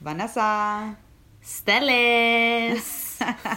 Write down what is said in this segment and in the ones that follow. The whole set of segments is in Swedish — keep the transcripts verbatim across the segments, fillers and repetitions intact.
Vanessa. Ställes.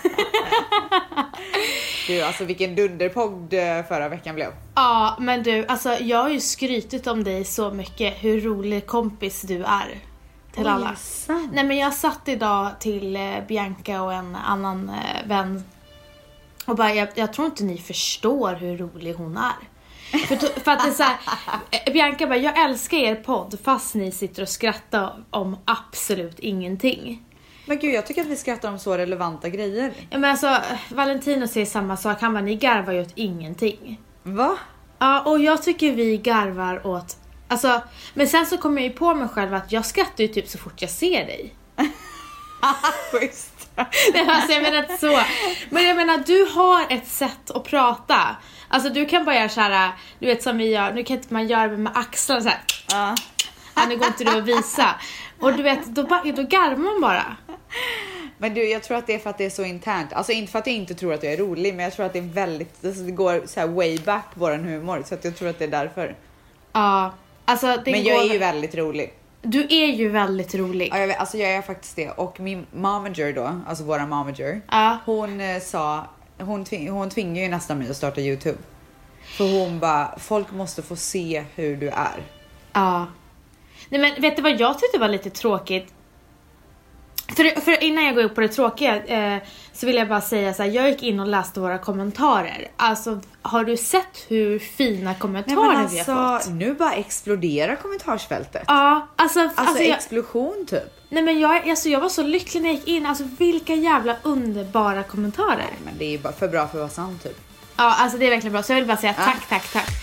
Du, alltså vilken dunderpodd förra veckan blev. Ja, men du, alltså jag har ju skrytit om dig så mycket. Hur rolig kompis du är. Till Oj, alla. sant? Nej, men jag satt idag till eh, Bianca och en annan eh, vän. Och bara, jag, jag tror inte ni förstår hur rolig hon är. För, för att det är så här, eh, Bianca bara, jag älskar er podd fast ni sitter och skrattar om absolut ingenting. Men gud, jag tycker att vi skrattar om så relevanta grejer. Ja, men alltså, Valentino säger samma sak. Han bara, ni garvar ju åt ingenting. Va? Ja, och jag tycker vi garvar åt... Alltså, men sen så kommer jag ju på mig själv att jag skrattar ju typ så fort jag ser dig. Schysst. Nej, alltså jag menar inte så. Men jag menar, du har ett sätt att prata. Alltså du kan bara göra så här, du vet som vi gör. Nu kan inte man göra det med axlarna så här. Ja. Ja, nu går inte du att visa. Och du vet, då, då garvar man bara. Men du, jag tror att det är för att det är så internt. Alltså inte för att jag inte tror att jag är rolig, men jag tror att det är väldigt, alltså, det går så här way back våran humor, så att jag tror att det är därför. Ja, alltså det Men går... jag är ju väldigt rolig. Du är ju väldigt rolig. Ja, jag vet, alltså jag är faktiskt det. Och min momager då, alltså våra momager, Ja. hon eh, sa, hon, tving, hon tvingar ju nästan mig att starta YouTube. För hon bara, folk måste få se hur du är. Ja. Nej, men vet du vad jag tyckte var lite tråkigt? För, för innan jag går upp på det tråkiga eh, så vill jag bara säga så här, jag gick in och läste våra kommentarer. Alltså, har du sett hur fina kommentarer Nej, men alltså, vi har fått? Nu bara exploderar kommentarsfältet. Ja, alltså, Alltså, alltså jag, explosion typ. nej men jag, alltså, jag var så lycklig när jag gick in. Alltså vilka jävla underbara kommentarer. Nej, men det är ju bara för bra för att vara sant typ. Ja, alltså det är verkligen bra. Så jag vill bara säga Ja. tack, tack, tack.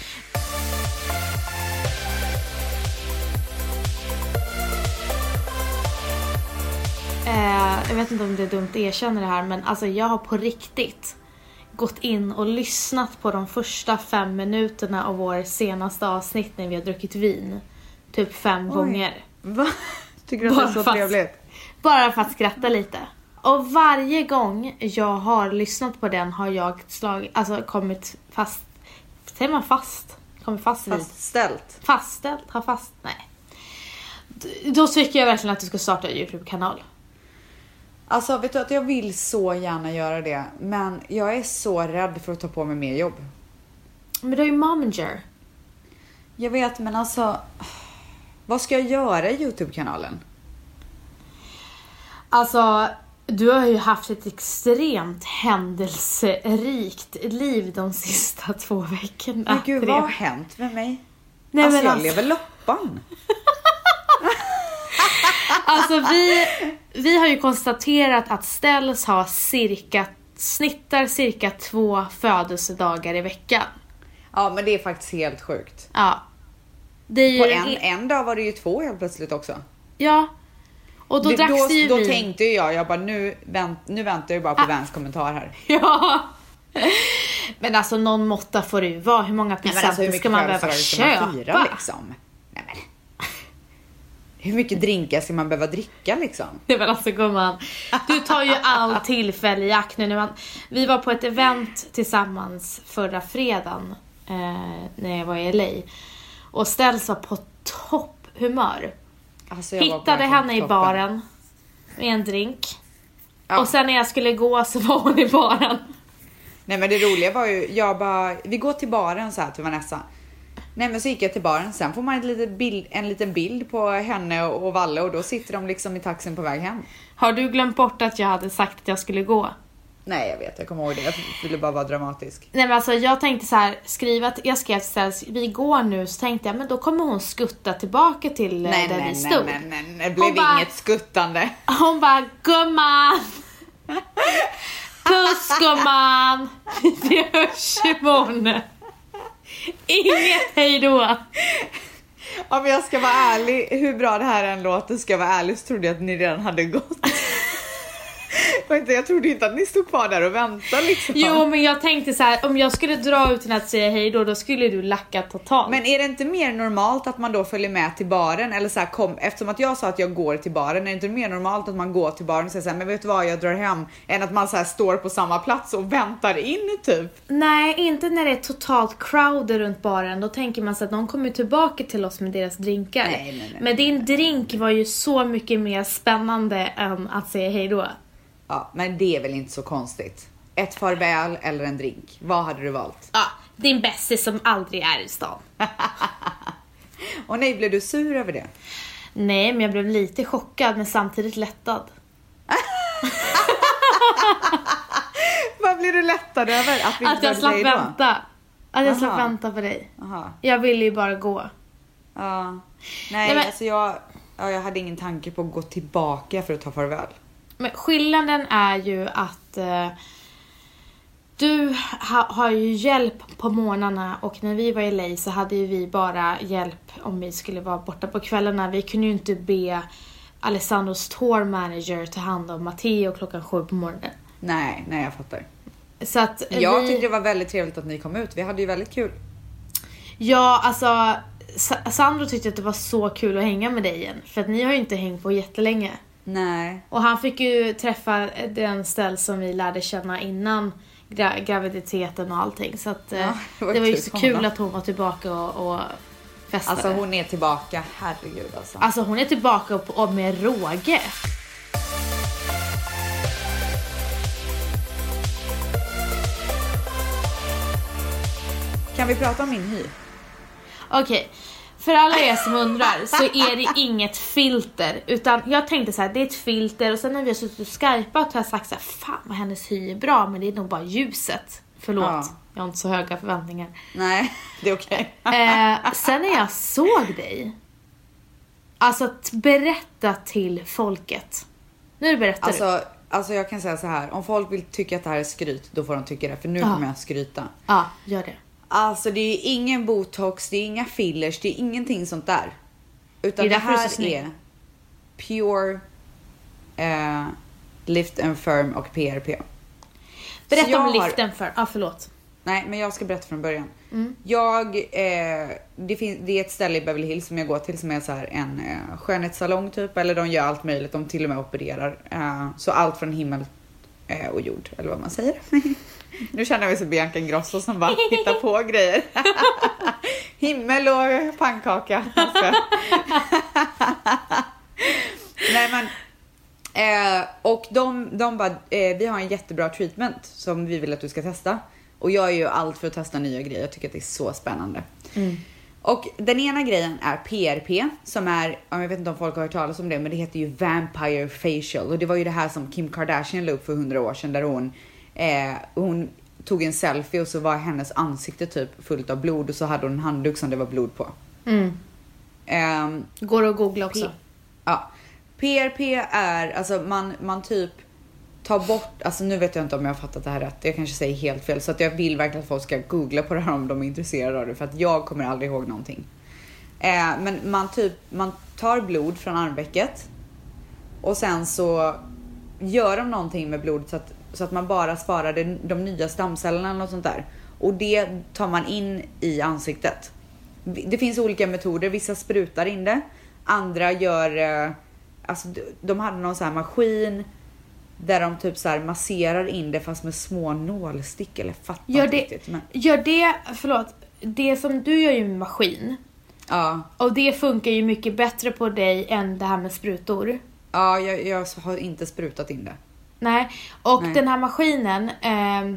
Eh, jag vet inte om det är dumt att erkänna det här, men alltså jag har på riktigt gått in och lyssnat på de första fem minuterna av vår senaste avsnitt när vi har druckit vin. Typ fem Oj. gånger. Va? Tycker du att det är så fast- trevligt? Bara för att skratta lite. Och varje gång jag har lyssnat på den har jag slag, alltså kommit fast. Säger man fast? Kommit fast vid. Fastställt. Fastställt? Har fast? Nej. D- Då tycker jag verkligen att du ska starta en YouTube-kanal. Alltså vet du att jag vill så gärna göra det, men jag är så rädd för att ta på mig mer jobb. Men du är ju momager. Jag vet, men alltså vad ska jag göra i YouTube-kanalen? Alltså, du har ju haft ett extremt händelserikt liv de sista två veckorna. Men gud, Tre- vad har hänt med mig? Nej, alltså men jag alltså- lever loppan. Alltså vi, vi har ju konstaterat att Ställs har cirka, snittar cirka två födelsedagar i veckan. Ja, men det är faktiskt helt sjukt. Ja. Det är ju På en, en dag var det ju två helt plötsligt också. Ja. Och då då, dracks då, det ju då vin. tänkte ju jag, jag bara nu, vänt, nu väntar jag bara på Ah. Vans kommentar här. Ja. Men alltså någon måtta får det ju vara. Hur många Nej, men alltså, hur presenter mycket ska man behöva födelsedagar ska man köpa? fira, liksom? Nej, men. Hur mycket drinkar ska man behöva dricka liksom? Det var alltså gumman. Du tar ju all tillfälle i akt nu. När man, vi var på ett event tillsammans förra fredagen eh, när jag var i L A. Och Ställs var på topphumör. Alltså, jag var på Hittade verkligen henne i toppen. baren med en drink. Ja. Och sen när jag skulle gå så var hon i baren. Nej, men det roliga var ju, jag bara, vi går till baren så här till Vanessa. Nej, men så gick jag till baren, sen får man en liten bild, en liten bild på henne och, och Valle, och då sitter de liksom i taxin på väg hem. Har du glömt bort att jag hade sagt att jag skulle gå? Nej, jag vet, jag kommer ihåg det, jag ville bara vara dramatisk. Nej, men alltså jag tänkte så här, skriva att jag skrev till Ställs, vi går nu, så tänkte jag, men då kommer hon skutta tillbaka till Nej, där nej, vi nej, stod. nej, nej, nej, det blev Hon bara- inget skuttande. Hon bara, gumman! Puss gumman! Vi hörs imorgon. Inget hej då. Om jag ska vara ärlig, hur bra det här än låter, ska jag vara ärlig, så trodde jag att ni redan hade gått. Jag trodde inte att ni stod kvar där och väntade liksom. Jo, men jag tänkte så här, om jag skulle dra utan att säga hej då, då skulle du lacka totalt. Men är det inte mer normalt att man då följer med till baren? Eller så här, kom, eftersom att jag sa att jag går till baren, är det inte mer normalt att man går till baren och säger så här, men vet du vad, jag drar hem, än att man så här står på samma plats och väntar in typ? Nej, inte när det är totalt crowd runt baren. Då tänker man så att någon kommer tillbaka till oss med deras drinkar. Nej, nej, nej, men din drink var ju så mycket mer spännande än att säga hej då. Ja, men det är väl inte så konstigt. Ett farväl eller en drink. Vad hade du valt? Ja, din bästis som aldrig är i stan. Och nej, blev du sur över det? Nej, men jag blev lite chockad men samtidigt lättad. Vad blir du lättad över? Att, vi att jag slapp vänta. Att jag Aha. slapp vänta på dig. Aha. Jag ville ju bara gå. Ja. Nej, Nej men... alltså jag, ja, jag hade ingen tanke på att gå tillbaka för att ta farväl. Men skillnaden är ju att eh, du ha, har ju hjälp på morgnarna och när vi var i L A så hade ju vi bara hjälp om vi skulle vara borta på kvällarna. Vi kunde ju inte be Alessandros tour manager ta hand om Matteo klockan sju på morgonen. Nej, nej jag fattar. Så att jag vi... tyckte det var väldigt trevligt att ni kom ut. Vi hade ju väldigt kul. Ja, alltså Sandro tyckte att det var så kul att hänga med dig igen. För att ni har ju inte hängt på jättelänge. Nej. Och han fick ju träffa den ställ som vi lärde känna innan gra- graviditeten och allting. Så att, ja, det var, det var ju så kul att hon var tillbaka och, och festade. Alltså hon är tillbaka, herregud alltså. Alltså hon är tillbaka och, och med råge. Kan vi prata om min hy? Okej, okay. För alla er som undrar så är det inget filter. Utan jag tänkte så här, det är ett filter. Och sen när vi har suttit och skarpat har jag sagt så här, fan vad hennes hy är bra. Men det är nog bara ljuset. Förlåt, ja. Jag har inte så höga förväntningar. Nej, det är okej. Okay. eh, sen när jag såg dig. Alltså att berätta till folket. Nu berättar alltså, du. Alltså jag kan säga så här. Om folk vill tycka att det här är skryt, då får de tycka det. För nu ja. kommer jag att skryta. Ja, gör det. Alltså det är ingen botox, det är inga fillers, det är ingenting sånt där. Utan det, det här är, är pure eh, lift and firm och P R P. Berätta om lift and firm. Ja, ah, förlåt. Nej, men jag ska berätta från början. Mm. Jag, eh, det, finns, det är ett ställe i Beverly Hills som jag går till som är så här en eh, skönhetssalong typ. Eller de gör allt möjligt, de till och med opererar. Eh, så allt från himmel eh, och jord, eller vad man säger. Nu känner vi så Bianca Ingrosso som bara hittar på grejer. Himmel och pannkaka. Nej men eh, och de, de bara eh, vi har en jättebra treatment som vi vill att du ska testa. Och jag är ju allt för att testa nya grejer. Jag tycker att det är så spännande. Mm. Och den ena grejen är P R P som är, jag vet inte om folk har hört talas om det, men det heter ju Vampire Facial. Och det var ju det här som Kim Kardashian la upp för hundra år sedan där hon Eh, hon tog en selfie och så var hennes ansikte typ fullt av blod och så hade hon en handduk som det var blod på. Mm. Eh, Går att googla också. P- ja. P R P är, alltså man, man typ tar bort, alltså nu vet jag inte om jag har fattat det här rätt. Jag kanske säger helt fel så att jag vill verkligen att folk ska googla på det här om de är intresserade av det. För att jag kommer aldrig ihåg någonting. Eh, men man typ, man tar blod från armvecket och sen så gör de någonting med blodet så att Så att man bara sparar de, de nya stamcellerna eller något sånt där. Och det tar man in i ansiktet. Det finns olika metoder. Vissa sprutar in det. Andra gör... Eh, alltså de hade någon sån här maskin. Där de typ så här masserar in det fast med små nålstick. Eller fattar gör inte det, riktigt. Men... Gör det... Förlåt. Det som du gör ju med maskin. Ja. Och det funkar ju mycket bättre på dig än det här med sprutor. Ja, jag, jag har inte sprutat in det. Nej, och Nej. den här maskinen eh,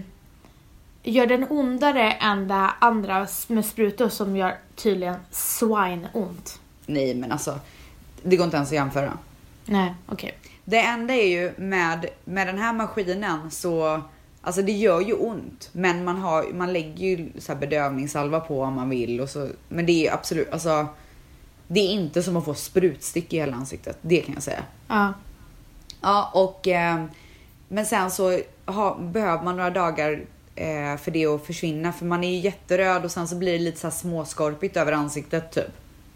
gör den ondare än det andra med sprutor som gör tydligen swine-ont. Nej, men alltså, det går inte ens att jämföra. Nej, okej. Okay. Det enda är ju med, med den här maskinen så, alltså det gör ju ont. Men man, har, man lägger ju så här bedövningssalva på om man vill. Och så, men det är absolut, alltså, det är inte som att få sprutstick i hela ansiktet. Det kan jag säga. Ja. Ja, och... Eh, Men sen så ha, behöver man några dagar eh, för det att försvinna. För man är ju jätteröd och sen så blir det lite så här småskorpigt över ansiktet typ.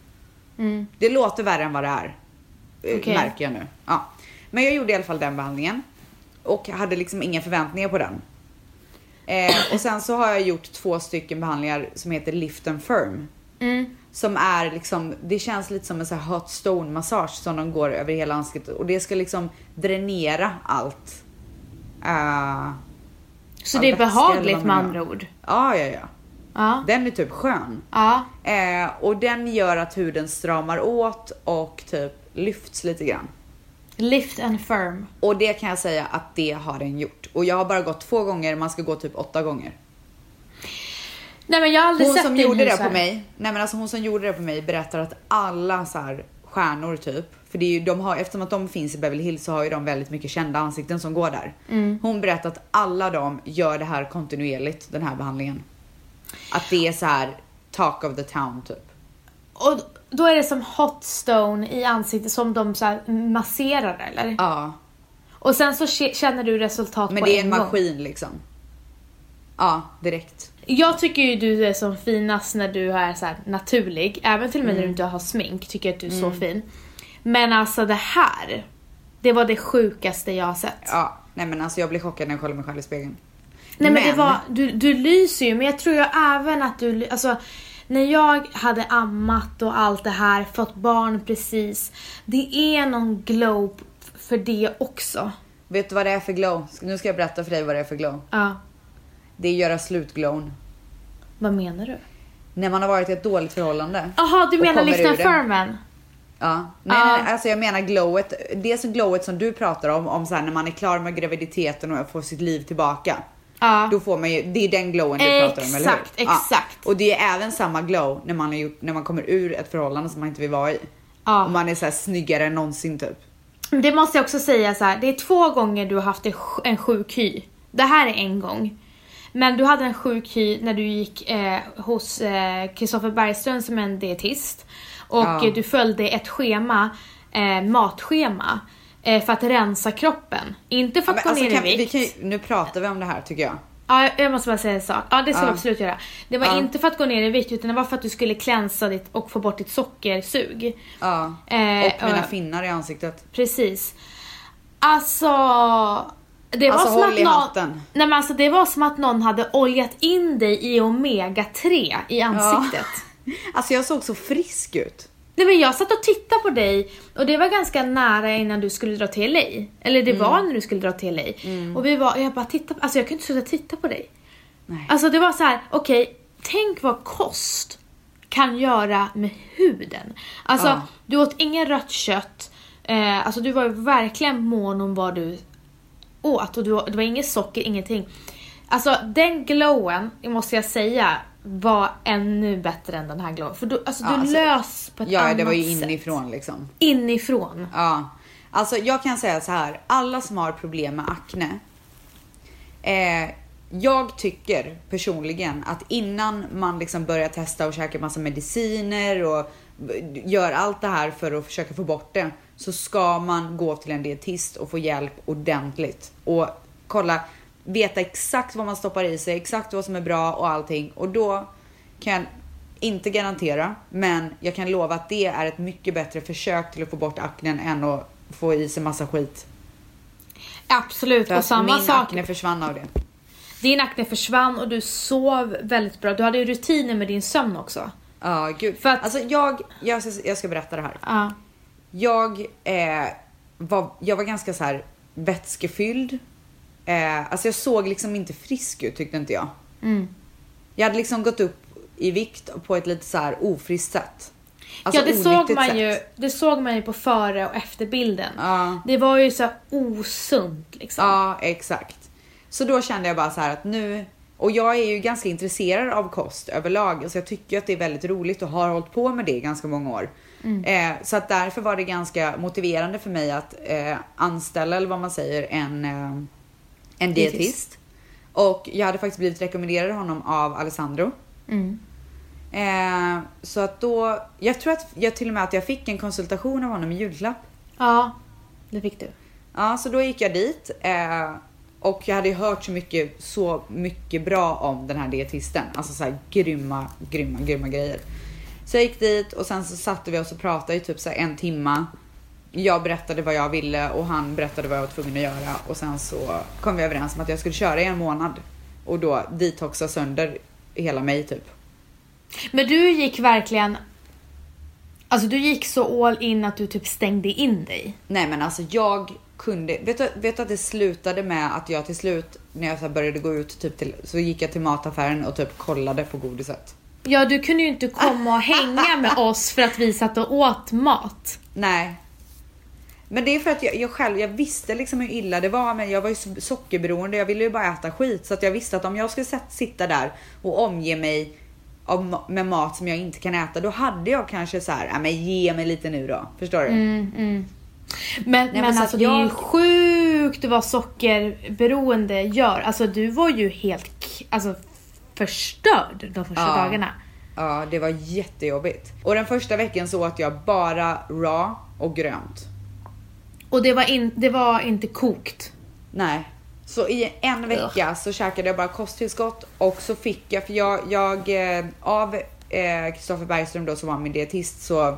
Mm. Det låter värre än vad det är. Okay. Märker jag nu. Ja. Men jag gjorde i alla fall den behandlingen. och hade liksom inga förväntningar på den. Eh, och sen så har jag gjort två stycken behandlingar som heter Lift and Firm. Mm. Som är liksom, det känns lite som en så här hot stone massage som de går över hela ansiktet. Och det ska liksom dränera allt. Uh, så det är behagligt med andra ord? Ja, ja, ja. Ja. Den är typ skön. Ja. Eh, och den gör att huden stramar åt och typ lyfts lite grann. Lift and firm. Och det kan jag säga att det har den gjort. Och jag har bara gått två gånger, man ska gå typ åtta gånger. Nej, men jag har aldrig hon sett som din gjorde det hus på här. mig. Nej, men alltså hon som gjorde det på mig berättar att alla så här stjärnor typ, för det är ju, de har, eftersom att de finns i Beverly Hills så har ju de väldigt mycket kända ansikten som går där. Mm. Hon berättar att alla de gör det här kontinuerligt, den här behandlingen. Att det är så här talk of the town typ. Och då är det som hot stone i ansiktet som de så här masserar, eller? Ja. Och sen så känner du resultat Men på det är en en gång. maskin liksom. Ja, direkt. Jag tycker ju du är som finast när du är så här naturlig. Även till och med Mm. när du inte har smink tycker jag att du är Mm. så fin. Men alltså det här, det var det sjukaste jag har sett. Ja, nej men alltså jag blir chockad när jag kollar mig själv i spegeln. Nej men, det var, du, du lyser ju, men jag tror ju även att du, alltså när jag hade ammat och allt det här, fått barn precis, det är någon glow för det också. Vet du vad det är för glow? Nu ska jag berätta för dig vad det är för glow. Ja. Det är göra slutglown. Vad menar du? När man har varit i ett dåligt förhållande. Jaha, du och menar kommer Lift and ur det. Firmen? Ja, nej, Ja. nej, nej, alltså jag menar glowet. Det är så glowet som du pratar om, om så här, när man är klar med graviditeten och får sitt liv tillbaka. Ja. Då får man ju, det är den glowen du pratar om, eller hur? Exakt, exakt. Ja. Och det är även samma glow när man, har gjort, när man kommer ur ett förhållande som man inte vill vara i. Ja. Och man är så här snyggare än någonsin typ. Det måste jag också säga så här, det är två gånger du har haft en sj- en sjuk hy. Det här är en gång. Men du hade en sjuk hy när du gick eh, hos Kristoffer eh, Bergström som är en dietist. Och Ja. eh, du följde ett schema, eh, matschema, eh, för att rensa kroppen. Inte för att Ja, gå men, ner alltså, i kan, vi vikt. kan, ju- nu pratar vi om det här tycker jag. Ja, jag måste bara säga en sak. Ja, det ska Ja. vi absolut göra. Det var Ja. inte för att gå ner i vikt, utan det var för att du skulle klänsa ditt och få bort ditt sockersug. Ja. Eh, Och mina ja. finnar i ansiktet. Precis. Alltså, det var Alltså, som håll att i någon, hatten. nej men alltså det var som att någon hade oljat in dig i omega tre i ansiktet. Alltså jag såg så frisk ut. Nej men jag satt och tittade på dig och det var ganska nära innan du skulle dra till L A. Eller det var när du skulle dra till L A. Mm. Och vi var, jag bara tittade, alltså jag kunde inte sluta titta på dig. Nej. Alltså det var så här, okej, tänk vad kost kan göra med huden. Alltså Ja. du åt ingen rött kött. Eh, alltså du var ju verkligen mån om vad du åt. Och du, det var inget socker, ingenting. Alltså den glowen, måste jag säga, var ännu bättre än den här glowen. För du, alltså, Ja, du alltså, lös på ett Ja, annat det var ju sätt. inifrån liksom. Inifrån. Ja. Alltså jag kan säga så här. Alla som har problem med akne. Eh, jag tycker personligen att innan man liksom börjar testa och käka massa mediciner och gör allt det här för att försöka få bort det, så ska man gå till en dietist och få hjälp ordentligt. Och kolla, veta exakt vad man stoppar i sig, exakt vad som är bra och allting. Och då kan jag inte garantera, men jag kan lova att det är ett mycket bättre försök till att få bort aknen än att få i sig massa skit. Absolut, För och att samma min sak. akne försvann av det. Din akne försvann och du sov väldigt bra. Du hade ju rutiner med din sömn också. Ja, gud. För att- Alltså jag, jag, ska, jag ska berätta det här. Ja. Jag, eh, var, jag var ganska så här vätskefylld. Eh, alltså jag såg liksom inte frisk ut, tyckte inte jag. Mm. Jag hade liksom gått upp i vikt på ett lite så här ofriskt sätt. Alltså Ja, det såg, onyttigt man sätt. ju, det såg man ju på före och efterbilden. Ja. Det var ju så här osunt liksom. Ja, exakt. Så då kände jag bara så här att nu, och jag är ju ganska intresserad av kost överlag, så jag tycker att det är väldigt roligt och har hållit på med det i ganska många år. Mm. Eh, så att därför var det ganska motiverande för mig att eh, anställa, eller vad man säger, en, eh, en dietist. Dietist. Och jag hade faktiskt blivit rekommenderad honom av Alessandro. Mm. Eh, så att då, jag tror att jag till och med att jag fick en konsultation av honom i julklapp. Ja, det fick du. Ja, så då gick jag dit. Eh, och jag hade ju hört så mycket, så mycket bra om den här dietisten. Alltså så här grymma, grymma, grymma grejer. Så jag gick dit och sen så satte vi oss och pratade i typ så här en timma. jag berättade vad jag ville och han berättade vad jag var tvungen att göra. Och sen så kom vi överens om att jag skulle köra i en månad. Och då detoxa sönder hela mig typ. Men du gick verkligen... Alltså du gick så all in att du typ stängde in dig. Nej men alltså jag kunde... Vet du, vet du att det slutade med att jag till slut, när jag så började gå ut typ till, så gick jag till mataffären och typ kollade på godiset. Ja, du kunde ju inte komma och hänga med oss för att vi satt och åt mat. Nej. Men det är för att jag, jag själv, jag visste liksom hur illa det var, men jag var ju sockerberoende, jag ville ju bara äta skit. Så att jag visste att om jag skulle sitta där och omge mig av, med mat som jag inte kan äta, då hade jag kanske så här, ja men ge mig lite nu då, förstår du? Mm, mm. Men, Nej, men, men alltså jag... det är ju sjukt vad sockerberoende gör. Alltså du var ju helt alltså, förstörd de första ja. dagarna. Ja, det var jättejobbigt. Och den första veckan så åt jag bara raw och grönt. Och det var, in, det var inte kokt? Nej. Så i en vecka så käkade jag bara kosttillskott. Och så fick jag, för jag, jag eh, av Kristoffer eh, Bergström då, som var min dietist, så,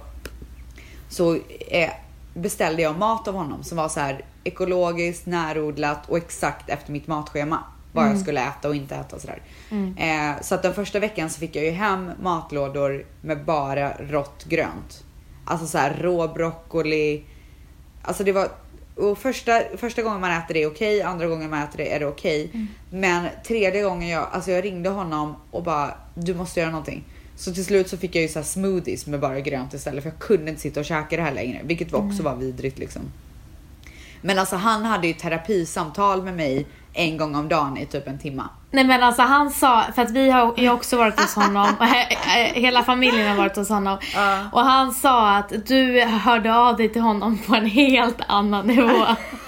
så eh, beställde jag mat av honom som var så här ekologiskt, närodlat och exakt efter mitt matschema. Vad mm. jag skulle äta och inte äta och sådär. Mm. Eh, så att den första veckan så fick jag ju hem matlådor med bara rått grönt. Alltså så här rå broccoli. Alltså det var... Och första, första gången man äter det är okej. Andra gången man äter det är det okej. Mm. Men tredje gången jag... Alltså jag ringde honom och bara... Du måste göra någonting. Så till slut så fick jag ju så här smoothies med bara grönt istället. För jag kunde inte sitta och käka det här längre. Vilket också mm. var vidrigt liksom. Men alltså han hade ju terapisamtal med mig en gång om dagen i typ en timma. Nej men alltså han sa, för att vi har ju också varit hos honom, hela familjen har varit hos honom. Uh. Och han sa att du hörde av dig till honom på en helt annan nivå.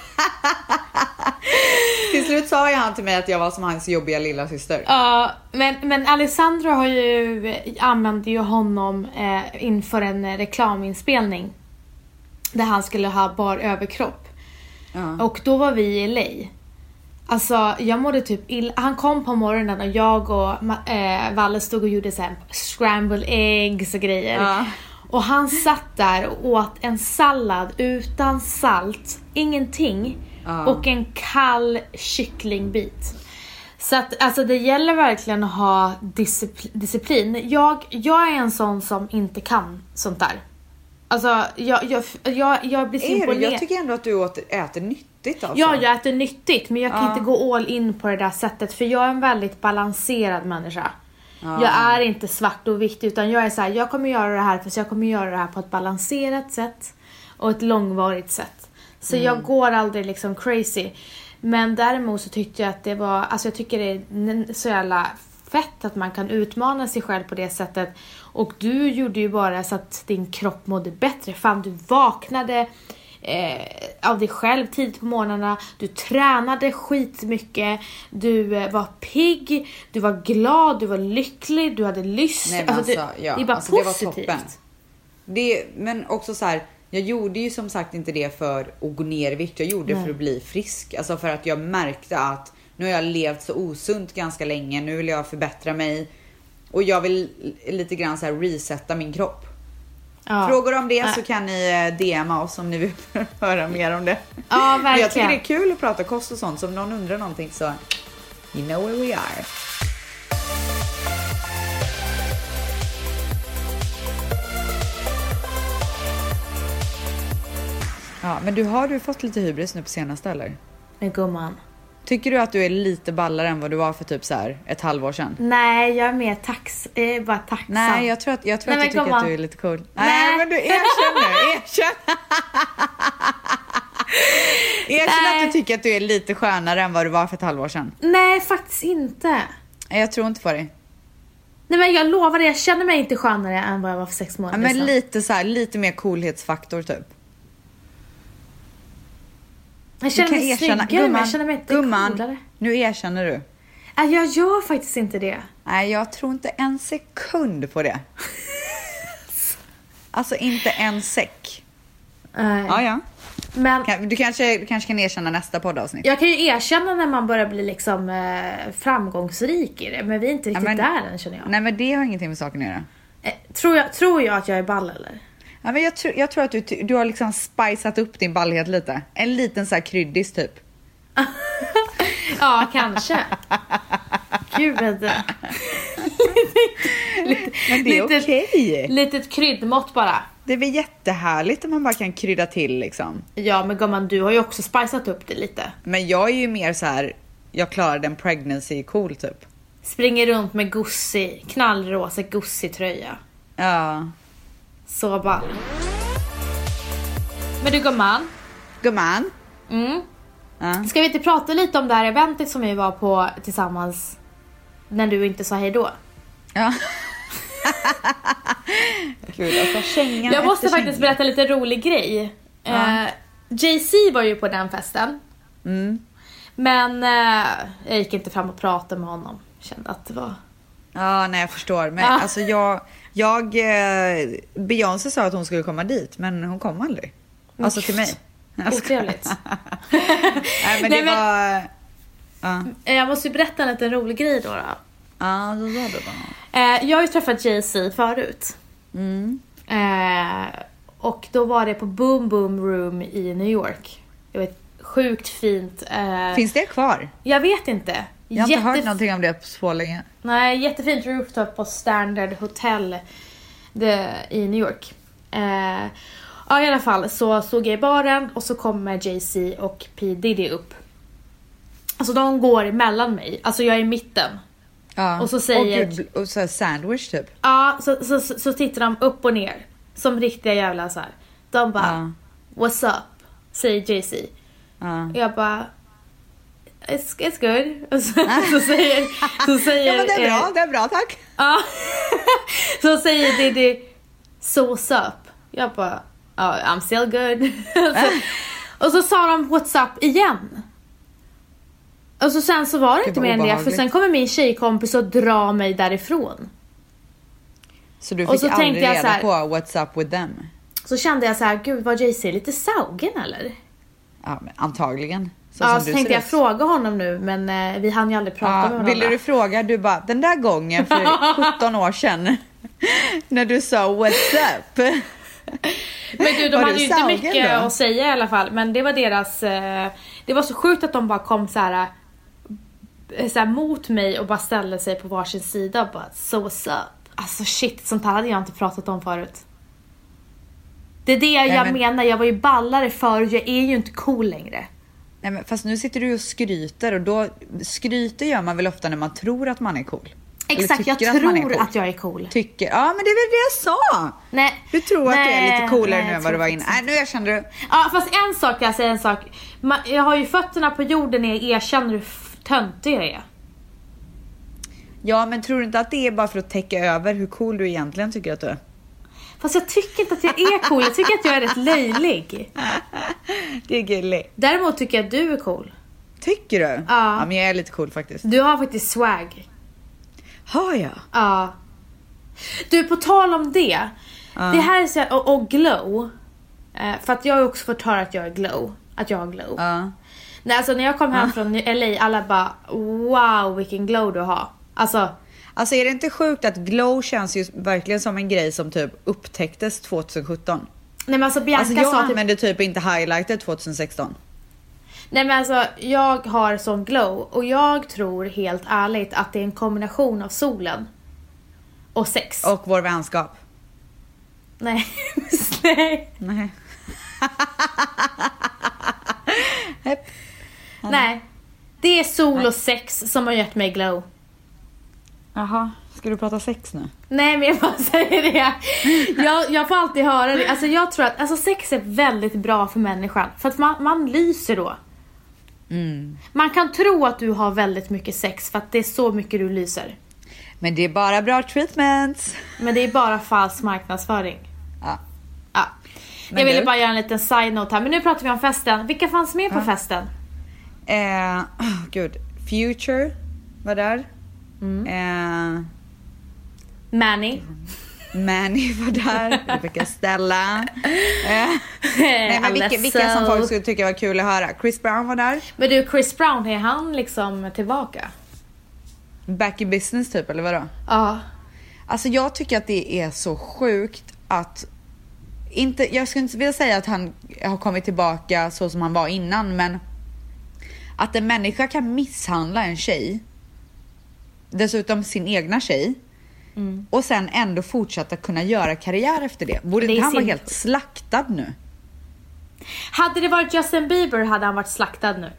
Till slut sa ju han till mig att jag var som hans jobbiga lilla syster. Ja, uh, men, men Alessandro har ju använde ju honom eh, inför en reklaminspelning. Där han skulle ha bar överkropp. Uh. Och då var vi i L A. Alltså jag mådde typ illa. Han kom på morgonen och jag och eh, Valle stod och gjorde så här scrambled eggs och grejer. Ja. Och han satt där och åt en sallad utan salt, ingenting. Ja. Och en kall kycklingbit. Så att alltså det gäller verkligen att ha discipl- disciplin. Jag, jag är en sån som inte kan sånt där. Alltså jag, jag, jag, jag blir så imponerad. Jag tycker ändå att du åt, äter nyttigt alltså. Ja, jag äter nyttigt. Men jag kan ja. inte gå all in på det där sättet. För jag är en väldigt balanserad människa. Ja. Jag är inte svart och vitt. Utan jag är så här, jag kommer göra det här. Fast jag kommer göra det här på ett balanserat sätt. Och ett långvarigt sätt. Så mm. jag går aldrig liksom crazy. Men däremot så tyckte jag att det var... Alltså jag tycker det är så jävla fett att man kan utmana sig själv på det sättet. Och du gjorde ju bara så att din kropp mådde bättre. Fan, du vaknade eh, av dig själv tidigt på morgnarna. Du tränade skitmycket. Du eh, var pigg. Du var glad. Du var lycklig. Du hade lyst. Nej, men alltså, alltså, det, ja, det är bara alltså, positivt. Det var toppen. Det, men också så här... Jag gjorde ju som sagt inte det för att gå ner i vikt. Jag gjorde det Nej. för att bli frisk. Alltså för att jag märkte att nu har jag levt så osunt ganska länge. Nu vill jag förbättra mig. Och jag vill lite grann så här resetta min kropp. Ja. Frågor om det ja. så kan ni D M oss om ni vill höra mer om det. Ja, verkligen. Jag tycker det är kul att prata kost och sånt. Så om någon undrar någonting så you know where we are. Ja, men du har du fått lite hybris nu på senaste eller? Nej, gumman. Tycker du att du är lite ballare än vad du var för typ så här ett halvår sedan? Nej, jag är mer tax eh, bara tacksam. Nej, jag tror att jag tror Nej, att du tycker gumman. att du är lite cool. Nej, Nej men du erkänn nu, erkänn. Erkänn Nej. att du tycker att du är lite skönare än vad du var för ett halvår sedan. Nej, faktiskt inte. Nej, jag tror inte på dig. Nej, men jag lovar det, jag känner mig inte skönare än vad jag var för sex månader sedan. Ja, men sedan. lite så här, lite mer coolhetsfaktor typ. Jag känner mig erkänna, snyggare, gumman, men jag känner mig inte gumman, coolare. Nu erkänner du. Nej, jag gör faktiskt inte det. Nej, jag tror inte en sekund på det. Alltså inte en säck. Nej. Ja, ja. Men du kanske, du kanske kan erkänna nästa poddavsnitt. Jag kan ju erkänna när man börjar bli liksom eh, framgångsrik i det. Men vi är inte riktigt ja, men, där än, känner jag. Nej, men det har ingenting med saken att göra. Eh, tror, jag, tror jag att jag är ball eller? Ja, men jag, tror, jag tror att du, du har liksom spiceat upp din ballhet lite. En liten så här kryddis typ. Ja, kanske. Gud. lite, Men det är litet, okej. Litet kryddmått bara. Det är väl jättehärligt om man bara kan krydda till liksom. Ja, men gumman, du har ju också spiceat upp det lite. Men jag är ju mer så här, jag klarade en pregnancy cool typ. Springer runt med gussi, knallrosa gussi-tröja. Ja. Så bara. Men du gumman. Gumman. Mm. Ja. Ska vi inte prata lite om det här eventet som vi var på tillsammans när du inte sa hej då? Ja. Gud, alltså, kängan Jag måste efter faktiskt kängan. berätta lite rolig grej. Ja. Eh, Jay-Z var ju på den festen. Mm. Men eh, jag gick inte fram och pratade med honom. Kände att det var... Ja, nej jag förstår. Men Ja. alltså jag, jag eh, Beyoncé sa att hon skulle komma dit, men hon kom aldrig. Alltså till mig. Jag skojar. Otrevligt. Nej, men Nej, det men- var... Ja, Jag måste ju berätta en liten rolig grej då. då. ja då var det bara. Eh, jag har ju träffat Jay-Z förut. Mm. Eh, och då var det på Boom Boom Room i New York. Det var ett sjukt fint. Eh, Finns det kvar? jag vet inte. Jag har inte hört Jättef- någonting om det på så länge. Nej, jättefint rooftop på Standard Hotel det, i New York. Eh, ja, i alla fall så stod jag i baren och så kommer Jay-Z och P. Diddy upp. Alltså de går emellan mig. Alltså jag är i mitten. Ja. Och så säger- Och, gud, och så här sandwich typ. Ja, så, så, så, så tittar de upp och ner. Som riktiga jävla så här. De bara, what's up? Säger Jay-Z. Ja. Och jag bara, it's, it's good. Och så, så säger, så säger Ja men det är bra, eh, det är bra tack. Ja. Så säger Diddy, so what's up? Jag bara, oh, I'm still good. Och så, och så sa de what's up igen. Och så sen så var det Gud, inte vad mer än det. För obehagligt. sen kommer min tjejkompis och dra mig därifrån. Så du Och fick så tänkte aldrig jag reda så här- på what's up with them? Så kände jag så här, gud var Jay-Z lite saugen eller? Ja, men antagligen. Så Ja, som så du tänkte ser jag ut. fråga honom nu, men eh, vi hann ju aldrig prata med Ja, varandra. ville du fråga, du bara, den där gången för sjutton år sedan när du sa what's up. Men gud, de Var hade du ju inte saugen mycket då? att säga i alla fall. Men det var deras... Eh, det var så sjukt att de bara kom så här, eh, så här mot mig och bara ställde sig på varsin sida och bara, so what's up? Alltså shit, sånt här hade jag inte pratat om förut. Det är det jag men- menar, jag var ju ballare förut, jag är ju inte cool längre. Nej, men fast nu sitter du och skryter och då skryter gör man väl ofta när man tror att man är cool. Eller Exakt, jag tycker att man är tror cool. att jag är cool. Tycker, ja men det är väl det jag sa. Nej. Du tror att du är Nej, lite coolare nej, nu jag än vad du tror var innan. faktiskt Nej, nu erkänner du. Ja, fast en sak kan jag säga en sak. Ma- Jag har ju fötterna på jorden när jag erkänner hur f- töntig jag är. Ja, men tror du inte att det är bara för att täcka över hur cool du egentligen tycker att du är? Fast jag tycker inte att jag är cool, jag tycker att jag är rätt löjlig. Det är gulligt. Däremot tycker jag att du är cool. Tycker du? Ja. Ja, men jag är lite cool faktiskt. Du har faktiskt swag. Har jag? Ja. Du, på tal om det. Ja. Det här är så här, och, och glow. Eh, för att jag har ju också fått höra att jag är glow. Att jag har glow. Ja. Nej, alltså när jag kom hem från L A, alla bara, wow vilken glow du har. Alltså, Alltså är det inte sjukt att glow känns ju verkligen som en grej som typ upptäcktes tjugohundrasjutton? nej men alltså Bianca Alltså jag sa typ, använde typ inte highlighter tjugohundrasexton. nej men alltså jag har sån glow. Och jag tror helt ärligt att det är en kombination av solen och sex. Och vår vänskap. Nej, nej. Nej. Hepp. Nej. Det är sol och sex som har gett mig glow. Jaha, ska du prata sex nu? Nej, men jag bara säger det. Jag, jag får alltid höra det. Alltså jag tror att alltså, sex är väldigt bra för människan. För att man, man lyser då. Mm. Man kan tro att du har väldigt mycket sex för att det är så mycket du lyser. Men det är bara bra treatments. Men det är bara falsk marknadsföring. Ja. Ja. Men Jag ville du- bara göra en liten side note här. Men nu pratar vi om festen. Vilka fanns med på Ja. festen? Eh, oh, gud. Future var där. Eh, Manny. Manny var där. Rebecca Stella. Eh, nej, men vilka, vilka som folk skulle tycka var kul att höra. Chris Brown var där. Men du, Chris Brown, är han liksom tillbaka? Back in business typ, eller vadå? Ja. Alltså jag tycker att det är så sjukt att inte, jag skulle inte vilja säga att han har kommit tillbaka så som han var innan, men att en människa kan misshandla en tjej, dessutom sin egna tjej, mm. och sen ändå fortsätta kunna göra karriär efter det. Borde det han vara helt slaktad nu? Hade det varit Justin Bieber hade han varit slaktad nu.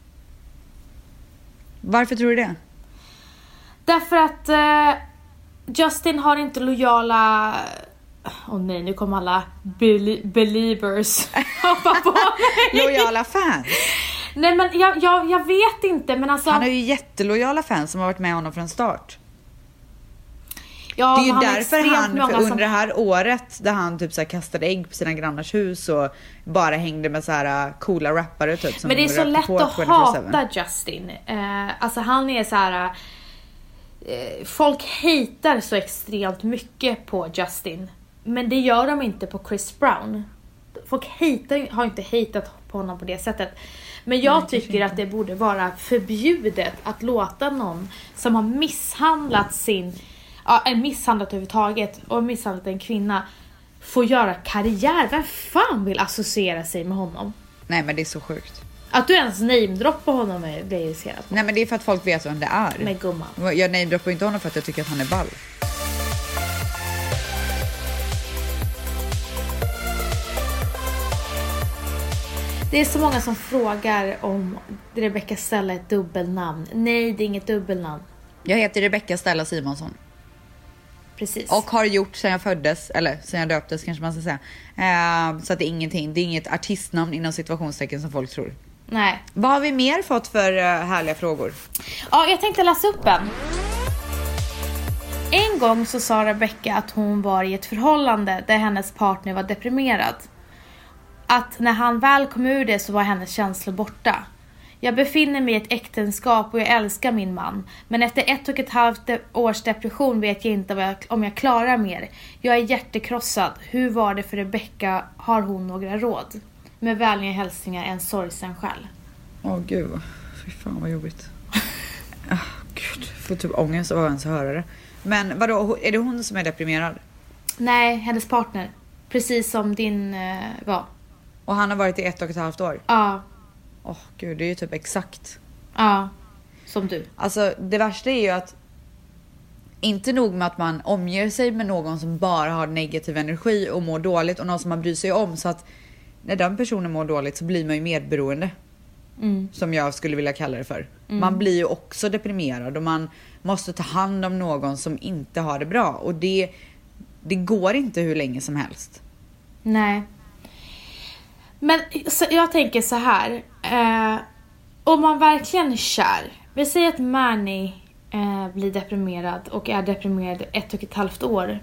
Varför tror du det? Därför att eh, Justin har inte lojala... Åh oh, nej, nu kommer alla be- believers hoppa på mig. Lojala fans? Nej, men jag, jag, jag vet inte, men alltså... Han har ju jättelojala fans som har varit med honom från start. Ja, det är ju därför han, för under som... det här året där han typ så här kastade ägg på sina grannars hus och bara hängde med så här coola rappare typ. Som men det är så lätt att hata Justin. Eh, alltså han är så här... Eh, folk hatar så extremt mycket på Justin. Men det gör de inte på Chris Brown. Folk hatar, har inte hatat på honom på det sättet. Men jag Nej, tycker att det borde vara förbjudet att låta någon som har misshandlat sin... Ja, en misshandlat överhuvudtaget och misshandlat en kvinna få göra karriär. Vem fan vill associera sig med honom? Nej, men det är så sjukt. Att du ens namedroppar honom är blir irriterad på. Nej, men det är för att folk vet vem det är. Med gumman. Jag namedroppar inte honom för att jag tycker att han är ball. Det är så många som frågar om Rebecca Stella är ett dubbelnamn. Nej, det är inget dubbelnamn. Jag heter Rebecca Stella Simonsson. Precis. Och har gjort sen jag föddes, eller sen jag döptes kanske man ska säga. Eh, så att det är ingenting, det är inget artistnamn inom situationstecken som folk tror. Nej. Vad har vi mer fått för uh, härliga frågor? Ja, jag tänkte läsa upp en. En gång så sa Rebecca att hon var i ett förhållande där hennes partner var deprimerad. Att när han väl kom ur det så var hennes känslor borta. Jag befinner mig i ett äktenskap och jag älskar min man. Men efter ett och ett halvt års depression vet jag inte vad jag, om jag klarar mer. Jag är hjärtekrossad. Hur var det för Rebecca? Har hon några råd? Med vänliga hälsningar, en sorgsen själ. Åh oh, gud, fy fan vad jobbigt. oh, Gud, jag får typ ångest av att ens höra det. Men vadå, är det hon som är deprimerad? Nej, hennes partner. Precis som din uh, var. Och han har varit i ett och ett halvt år? Ja. Åh oh, gud, det är ju typ exakt. Ja, som du. Alltså det värsta är ju att inte nog med att man omger sig med någon som bara har negativ energi och mår dåligt och någon som man bryr sig om, så att när den personen mår dåligt så blir man ju medberoende. Mm. Som jag skulle vilja kalla det för. Mm. Man blir ju också deprimerad och man måste ta hand om någon som inte har det bra. Och det, det går inte hur länge som helst. Nej. Men så jag tänker så här. Eh, om man verkligen är kär. Vi säger att Manny eh, blir deprimerad och är deprimerad ett och ett halvt år.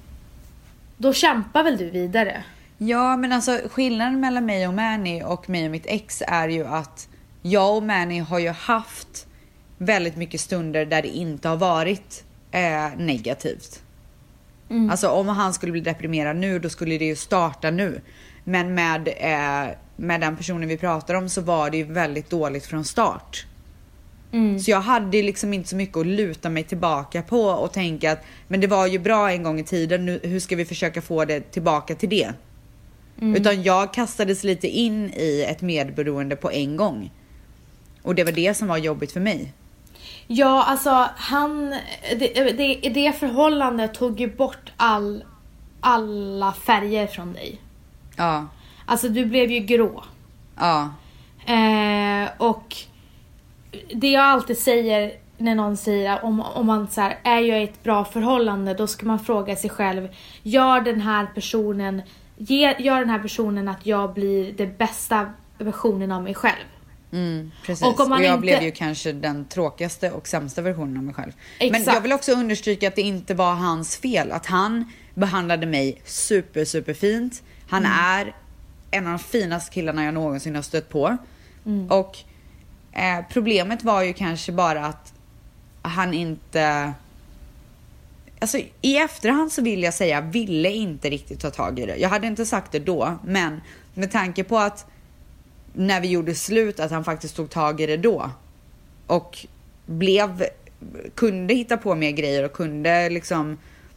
Då kämpar väl du vidare? Ja, men alltså skillnaden mellan mig och Manny och mig och mitt ex är ju att jag och Manny har ju haft väldigt mycket stunder där det inte har varit eh, negativt. Mm. Alltså om han skulle bli deprimerad nu, då skulle det ju starta nu. Men med, eh, med den personen vi pratar om så var det ju väldigt dåligt från start. Mm. Så jag hade liksom inte så mycket att luta mig tillbaka på och tänka att men det var ju bra en gång i tiden, nu, hur ska vi försöka få det tillbaka till det? Mm. Utan jag kastades lite in i ett medberoende på en gång. Och det var det som var jobbigt för mig. Ja, alltså han det, det, det förhållandet tog ju bort all, alla färger från dig. Ja. Alltså du blev ju grå. Ja. Eh, och det jag alltid säger när någon säger om, om man så här, är jag i ett bra förhållande, då ska man fråga sig själv, gör den här personen Ge, gör den här personen att jag blir den bästa versionen av mig själv. Mm, precis. Och, om man och jag inte... blev ju kanske den tråkigaste och sämsta versionen av mig själv. Exakt. Men jag vill också understryka att det inte var hans fel. Att han behandlade mig super, super fint. Han mm. är en av de finaste killarna jag någonsin har stött på. Mm. Och eh, problemet var ju kanske bara att han inte... Alltså i efterhand så vill jag säga ville inte riktigt ta tag i det. Jag hade inte sagt det då, men med tanke på att när vi gjorde slut att han faktiskt tog tag i det då och blev kunde hitta på mer grejer och kunde liksom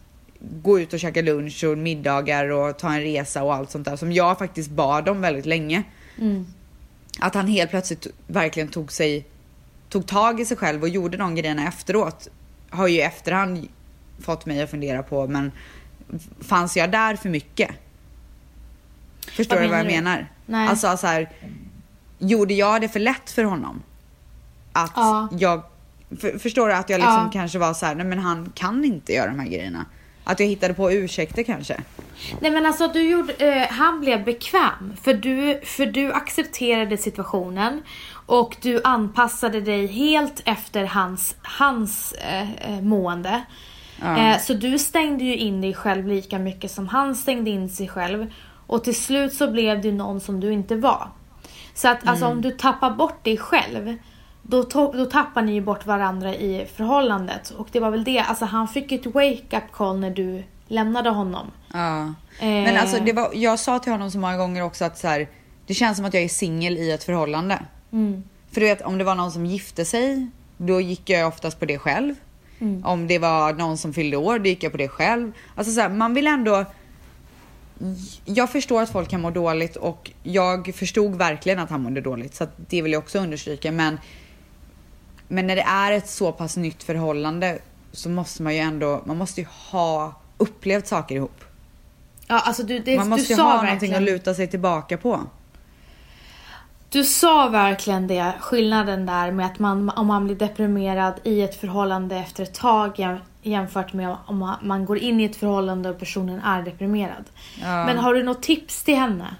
gå ut och käka lunch och middagar och ta en resa och allt sånt där som jag faktiskt bad om väldigt länge. Mm. Att han helt plötsligt verkligen tog sig tog tag i sig själv och gjorde de grejerna efteråt har ju efterhand fått mig att fundera på, men fanns jag där för mycket? Förstår vad du vad jag du? menar? Nej. Alltså så här, gjorde jag det för lätt för honom? Att ja. jag för, förstår du att jag liksom ja. kanske var så här, nej men han kan inte göra de här grejerna. Att jag hittade på ursäkter kanske. Nej men alltså du gjorde, eh, han blev bekväm för du, för du accepterade situationen och du anpassade dig helt efter hans, hans eh, mående. Ja. Eh, så du stängde ju in dig själv lika mycket som han stängde in sig själv. Och till slut så blev du någon som du inte var. Så att mm. alltså, om du tappar bort dig själv, då, to- då tappar ni ju bort varandra i förhållandet. Och det var väl det, alltså han fick ett wake-up call när du lämnade honom. Ja. Eh. Men alltså det var, jag sa till honom så många gånger också att så här, det känns som att jag är singel i ett förhållande. Mm. För du vet, om det var någon som gifte sig, då gick jag oftast på det själv. Mm. Om det var någon som fyllde år, då gick jag på det själv. Alltså så här, man vill ändå... Jag förstår att folk kan må dåligt och jag förstod verkligen att han mådde dåligt. Så att det vill jag också understryka. Men, men när det är ett så pass nytt förhållande så måste man ju ändå... Man måste ju ha upplevt saker ihop. Ja, alltså du, det, man måste du ju sa ha verkligen, någonting att luta sig tillbaka på. Du sa verkligen det, skillnaden där med att man, om man blir deprimerad i ett förhållande efter ett tag jämfört med om man, man går in i ett förhållande och personen är deprimerad. Ja. Men har du något tips till henne?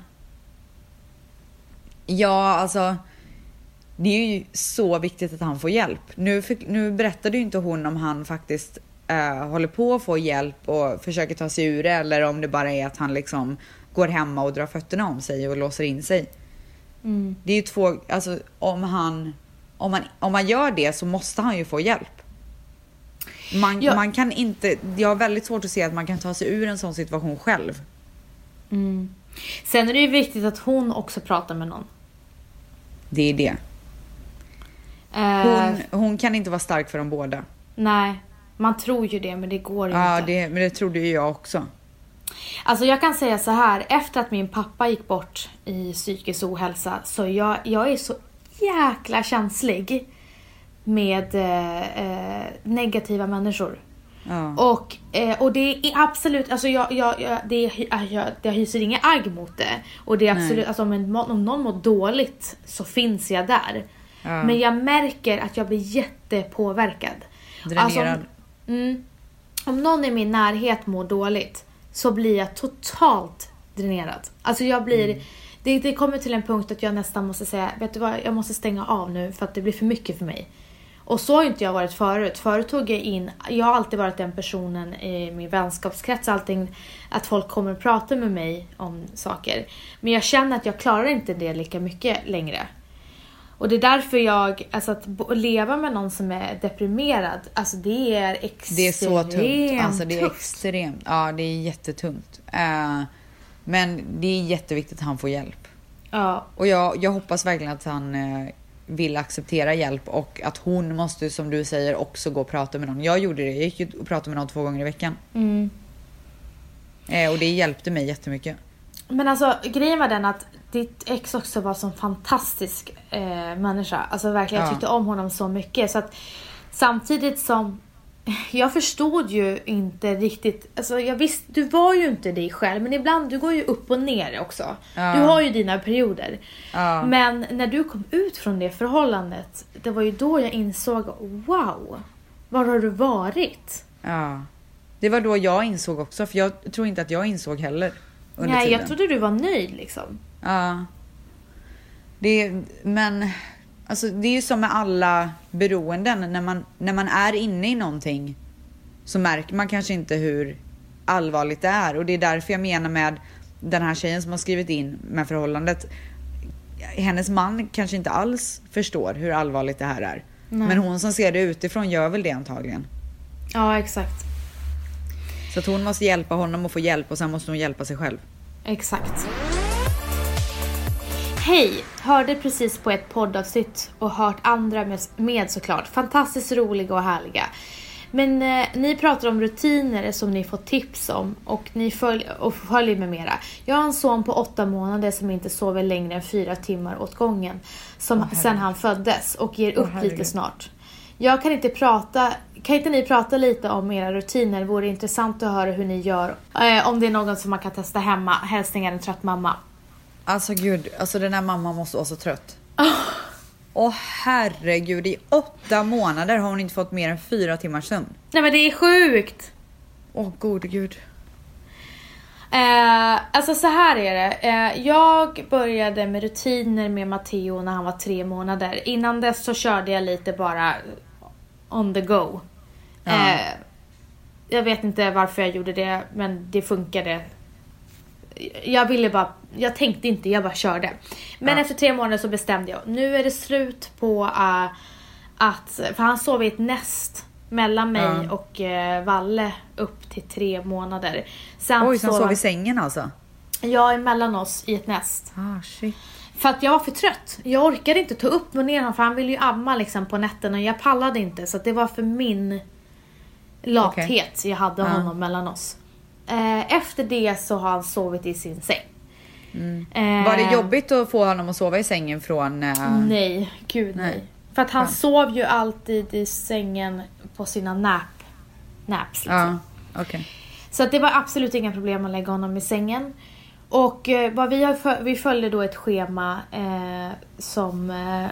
Ja, alltså det är ju så viktigt att han får hjälp. Nu, fick, nu berättade ju inte hon om han faktiskt äh, håller på att få hjälp och försöker ta sig ur det, eller om det bara är att han liksom går hemma och drar fötterna om sig och låser in sig. Mm. Det är ju två, alltså om han om man, om man gör det så måste han ju få hjälp. Man, ja. man kan inte, jag har väldigt svårt att se att man kan ta sig ur en sån situation själv. Mm. Sen är det ju viktigt att hon också pratar med någon. Det är det. Eh, Hon, hon kan inte vara stark för dem båda. Nej, man tror ju det men det går ju Ja, inte. det, men det trodde ju jag också. Alltså jag kan säga så här, efter att min pappa gick bort i psykisk ohälsa så jag, jag är så jäkla känslig med eh, negativa människor. Ja. Och, eh, och det är absolut, alltså jag, jag, jag, det är, jag, jag hyser inga agg mot det. Och det är absolut, alltså om, en, om någon mår dåligt så finns jag där. Ja. Men jag märker att jag blir jättepåverkad. Dränerad. Alltså, om, mm, om någon i min närhet mår dåligt så blir jag totalt dränerad. Alltså jag blir... Mm. Det, det kommer till en punkt att jag nästan måste säga, vet du vad, jag måste stänga av nu för att det blir för mycket för mig. Och så har inte jag varit förut. Förut tog jag in, jag har alltid varit den personen i min vänskapskrets, allting, att folk kommer och pratar med mig om saker. Men jag känner att jag klarar inte det lika mycket längre. Och det är därför jag, alltså att leva med någon som är deprimerad, alltså det är extremt. Det är så tungt. Alltså det är extremt. Ja, det är jättetungt. Uh, men det är jätteviktigt att han får hjälp. Ja. Och jag, jag hoppas verkligen att han uh, vill acceptera hjälp och att hon måste, som du säger, också gå och prata med någon. Jag gjorde det. Jag gick och pratade med någon två gånger i veckan. Mm. Uh, och det hjälpte mig jättemycket. Men alltså grejen var den att ditt ex också var som fantastisk eh, människa. Alltså verkligen, jag tyckte om honom så mycket. Så att samtidigt som jag förstod ju inte riktigt, alltså jag visste, du var ju inte dig själv, men ibland, du går ju upp och ner också. Ja. Du har ju dina perioder. Ja. Men när du kom ut från det förhållandet, det var ju då jag insåg, wow, var har du varit? Ja. Det var då jag insåg också, för jag tror inte att jag insåg heller under Nej, tiden. jag trodde du var nöjd liksom. Ja. Det, men alltså, det är ju som med alla beroenden. När man, när man är inne i någonting så märker man kanske inte hur allvarligt det är. Och det är därför jag menar med den här tjejen som har skrivit in med förhållandet. Hennes man kanske inte alls förstår hur allvarligt det här är. Nej. Men hon som ser det utifrån gör väl det antagligen. Ja, exakt. Så att hon måste hjälpa honom att få hjälp och sen måste hon hjälpa sig själv. Exakt. Hej, hörde precis på ett poddavsnitt och hört andra med, med såklart. Fantastiskt roliga och härliga. Men eh, ni pratar om rutiner som ni får tips om och ni följ, och följer med mera. Jag har en son på åtta månader som inte sover längre än fyra timmar åt gången som, oh, sen han föddes och ger upp oh, lite snart. Jag kan inte prata, kan inte ni prata lite om era rutiner? Det vore intressant att höra hur ni gör. Eh, om det är någon som man kan testa hemma. Hälsningar en trött mamma. Alltså gud, alltså den här mamman måste vara så trött. Åh oh. oh, herregud, i åtta månader har hon inte fått mer än fyra timmars sömn. Nej men det är sjukt. Åh oh, gode gud. Eh, alltså så här är det. Eh, jag började med rutiner med Matteo när han var tre månader. Innan dess så körde jag lite bara on the go. Ja. Eh, jag vet inte varför jag gjorde det, men det funkade. Jag ville bara, jag tänkte inte, jag bara körde. Men ja. Efter tre månader så bestämde jag. Nu är det slut på uh, att, för han sov i ett näst mellan mig ja. och uh, Valle upp till tre månader. Sen Oj, så han sov i sängen alltså? Ja, emellan oss i ett näst. Ah, shit. För att jag var för trött. Jag orkade inte ta upp och ner honom, för han ville ju amma liksom på nätterna. Jag pallade inte, så att det var för min lathet. Okay. Jag hade honom ja. mellan oss. Efter det så har han sovit i sin säng. Mm. Eh, var det jobbigt att få honom att sova i sängen från... Uh... Nej, gud nej. nej. För att han ja. sov ju alltid i sängen på sina nap. Naps liksom. Ja, okay. Så att det var absolut inga problem att lägga honom i sängen. Och eh, vad vi, har, vi följde då ett schema eh, som... Eh,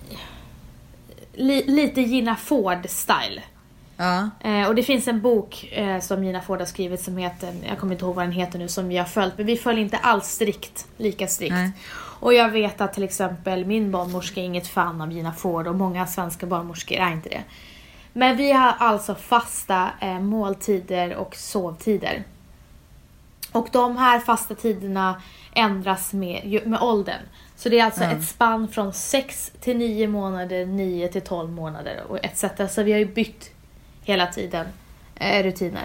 li, lite Gina Ford-style. Ja. Eh, och det finns en bok eh, som Gina Ford har skrivit som heter, jag kommer inte ihåg vad den heter nu, som vi har följt, men vi följer inte alls strikt, lika strikt. Nej. Och jag vet att till exempel min barnmorska är inget fan av Gina Ford och många svenska barnmorskor är inte det. Men vi har alltså fasta eh, måltider och sovtider. Och de här fasta tiderna ändras med, med åldern. Så det är alltså mm. ett spann från sex till nio månader, nio till tolv månader och et cetera. Så vi har ju bytt hela tiden eh, rutiner.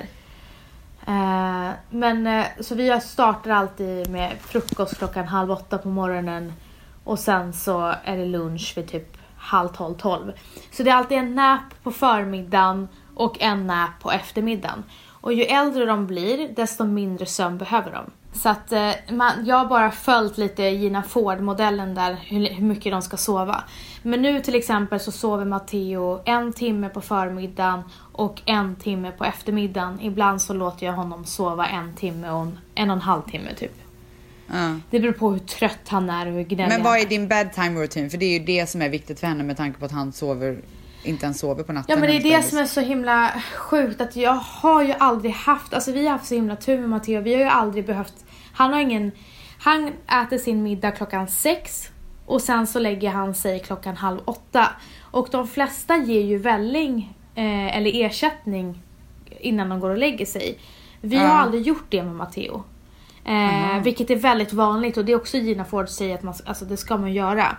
Eh, men eh, så vi startar alltid med frukost klockan halv åtta på morgonen. Och sen så är det lunch vid typ halv tolv, tolv. Så det är alltid en nap på förmiddagen och en nap på eftermiddagen. Och ju äldre de blir, desto mindre sömn behöver de. Så att eh, man, jag har bara följt lite Gina Ford-modellen där, hur, hur mycket de ska sova. Men nu till exempel så sover Matteo en timme på förmiddagen och en timme på eftermiddagen. Ibland så låter jag honom sova en timme och en, en och en halv timme typ. Uh. Det beror på hur trött han är och hur gnällig. Men vad är din bedtime routine? För det är ju det som är viktigt för henne med tanke på att han sover, inte ens sover på natten. Ja, men det är det som är så himla sjukt, att jag har ju aldrig haft, alltså vi har haft så himla tur med Matteo. Vi har ju aldrig behövt, han har ingen, han äter sin middag klockan sex och sen så lägger han sig klockan halv åtta. Och de flesta ger ju välling eh, eller ersättning innan de går och lägger sig. Vi mm. har aldrig gjort det med Matteo. Eh, mm. Vilket är väldigt vanligt, och det är också Gina Ford säger att man, alltså det ska man göra.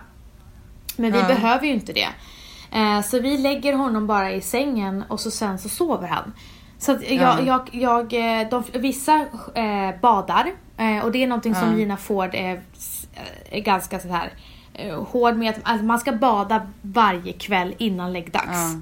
Men vi mm. behöver ju inte det. Eh, så vi lägger honom bara i sängen och så sen så sover han. Så att jag, mm. jag, jag de, vissa eh, badar eh, och det är någonting mm. som Gina Ford är, är ganska så här eh, hård med, att alltså man ska bada varje kväll innan läggdags. Mm.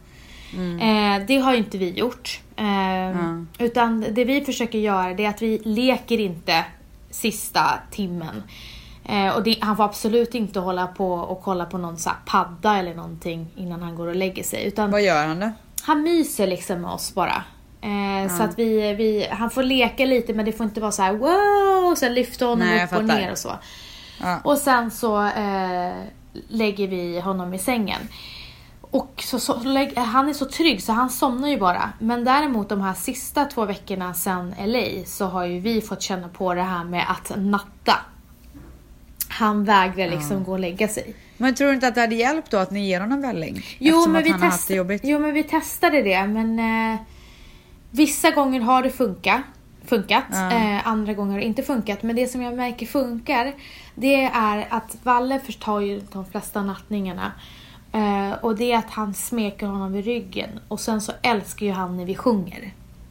Mm. Eh, det har ju inte vi gjort. Eh, mm. Utan det vi försöker göra, det är att vi leker inte sista timmen. Eh, och det, han får absolut inte hålla på och kolla på någon så här padda eller någonting innan han går och lägger sig. Utan vad gör han då? Han myser liksom med oss bara. Eh, mm. Så att vi, vi, han får leka lite, men det får inte vara så här wow, och sen lyfta honom Nej, upp och ner och så. Ja. Och sen så eh, lägger vi honom i sängen. Och så, så, han är så trygg så han somnar ju bara. Men däremot de här sista två veckorna sedan L A så har ju vi fått känna på det här med att natta. Han vägrar liksom ja. gå och lägga sig. Men tror du inte att det hade hjälpt då att ni ger honom välling? Jo, men att vi, han test- har haft det jo men vi testade det. Men eh, vissa gånger har det funkat. funkat. Ja. Eh, andra gånger har det inte funkat. Men det som jag märker funkar, det är att Valle förstår ju de flesta nattningarna. Uh, och det är att han smeker honom vid ryggen. Och sen så älskar ju han när vi sjunger.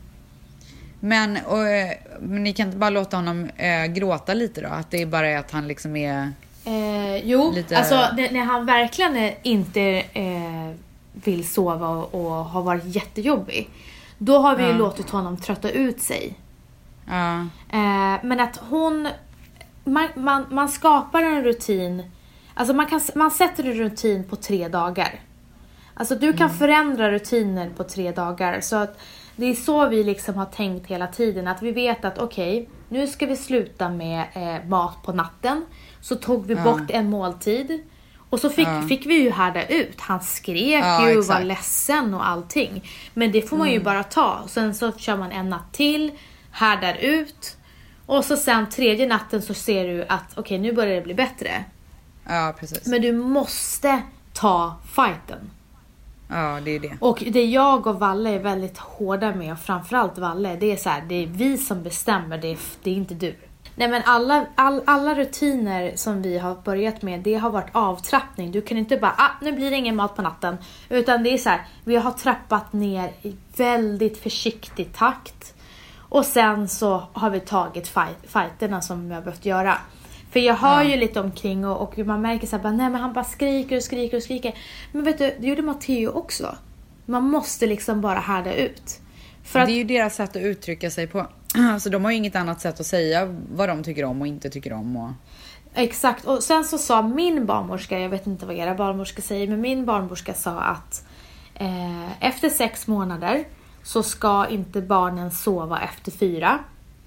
Men, och, men ni kan inte bara låta honom äh, gråta lite då? Att det bara är att han liksom är... Uh, jo, lite... alltså det, när han verkligen är inte uh, vill sova och, och har varit jättejobbig. Då har vi ju Ja. låtit honom trötta ut sig. Ja. Eh, men att hon... Man, man, man skapar en rutin. Alltså man, kan, man sätter en rutin på tre dagar. Alltså du kan mm. förändra rutiner på tre dagar. Så att det är så vi liksom har tänkt hela tiden. Att vi vet att okej, okay, nu ska vi sluta med eh, mat på natten. Så tog vi ja. bort en måltid. Och så fick, ja. fick vi ju härda ut. Han skrek ja, ju och var ledsen och allting. Men det får man mm. ju bara ta. Sen så kör man en natt till. Härdar ut. Och så sen tredje natten så ser du att okej, okay, nu börjar det bli bättre. Ja, precis. Men du måste ta fighten. Ja, det är det. Och det jag och Valle är väldigt hårda med, och framförallt Valle, det är så här, det är vi som bestämmer, det är, det är inte du. Nej, men alla, all, alla rutiner som vi har börjat med, det har varit avtrappning. Du kan inte bara, ah, nu blir det ingen mat på natten. Utan det är så här, vi har trappat ner i väldigt försiktig takt. Och sen så har vi tagit fight, fighterna som vi har behövt göra. För jag hör ja. ju lite omkring och, och man märker så här, nej men han bara skriker och skriker och skriker. Men vet du, det gjorde Matteo också. Man måste liksom bara härda ut. För det att, är ju deras sätt att uttrycka sig på. Alltså de har ju inget annat sätt att säga vad de tycker om och inte tycker om. Och... Exakt, och sen så sa min barnmorska, jag vet inte vad era barnmorska säger, men min barnmorska sa att eh, efter sex månader så ska inte barnen sova efter fyra.